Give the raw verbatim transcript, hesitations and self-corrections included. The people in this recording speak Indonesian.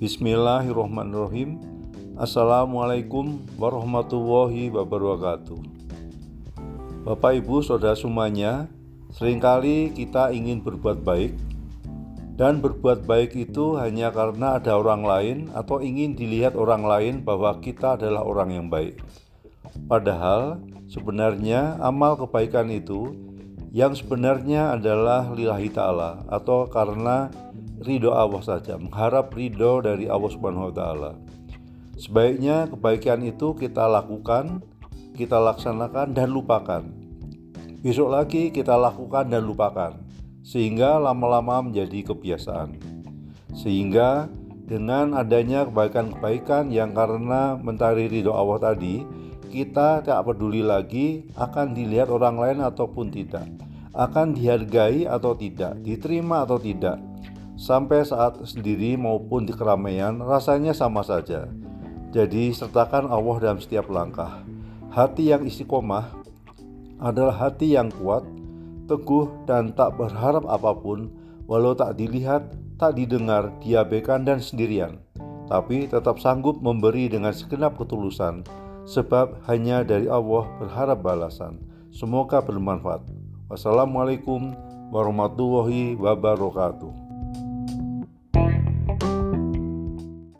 Bismillahirrahmanirrahim. Assalamualaikum warahmatullahi wabarakatuh. Bapak Ibu Saudara semuanya, seringkali kita ingin berbuat baik, dan berbuat baik itu hanya karena ada orang lain atau ingin dilihat orang lain bahwa kita adalah orang yang baik. Padahal sebenarnya amal kebaikan itu yang sebenarnya adalah lillahi ta'ala, atau karena ridho Allah saja, mengharap ridho dari Allah Subhanahu wa Ta'ala. Sebaiknya kebaikan itu kita lakukan, kita laksanakan dan lupakan. Besok lagi kita lakukan dan lupakan, sehingga lama-lama menjadi kebiasaan. Sehingga dengan adanya kebaikan-kebaikan yang karena mencari ridho Allah tadi, kita tak peduli lagi akan dilihat orang lain ataupun tidak, akan dihargai atau tidak, diterima atau tidak. Sampai saat sendiri maupun di keramaian rasanya sama saja. Jadi sertakan Allah dalam setiap langkah. Hati yang istiqomah adalah hati yang kuat, teguh dan tak berharap apapun, walau tak dilihat, tak didengar, diabaikan dan sendirian, tapi tetap sanggup memberi dengan segenap ketulusan, sebab hanya dari Allah berharap balasan. Semoga bermanfaat. Wassalamualaikum warahmatullahi wabarakatuh.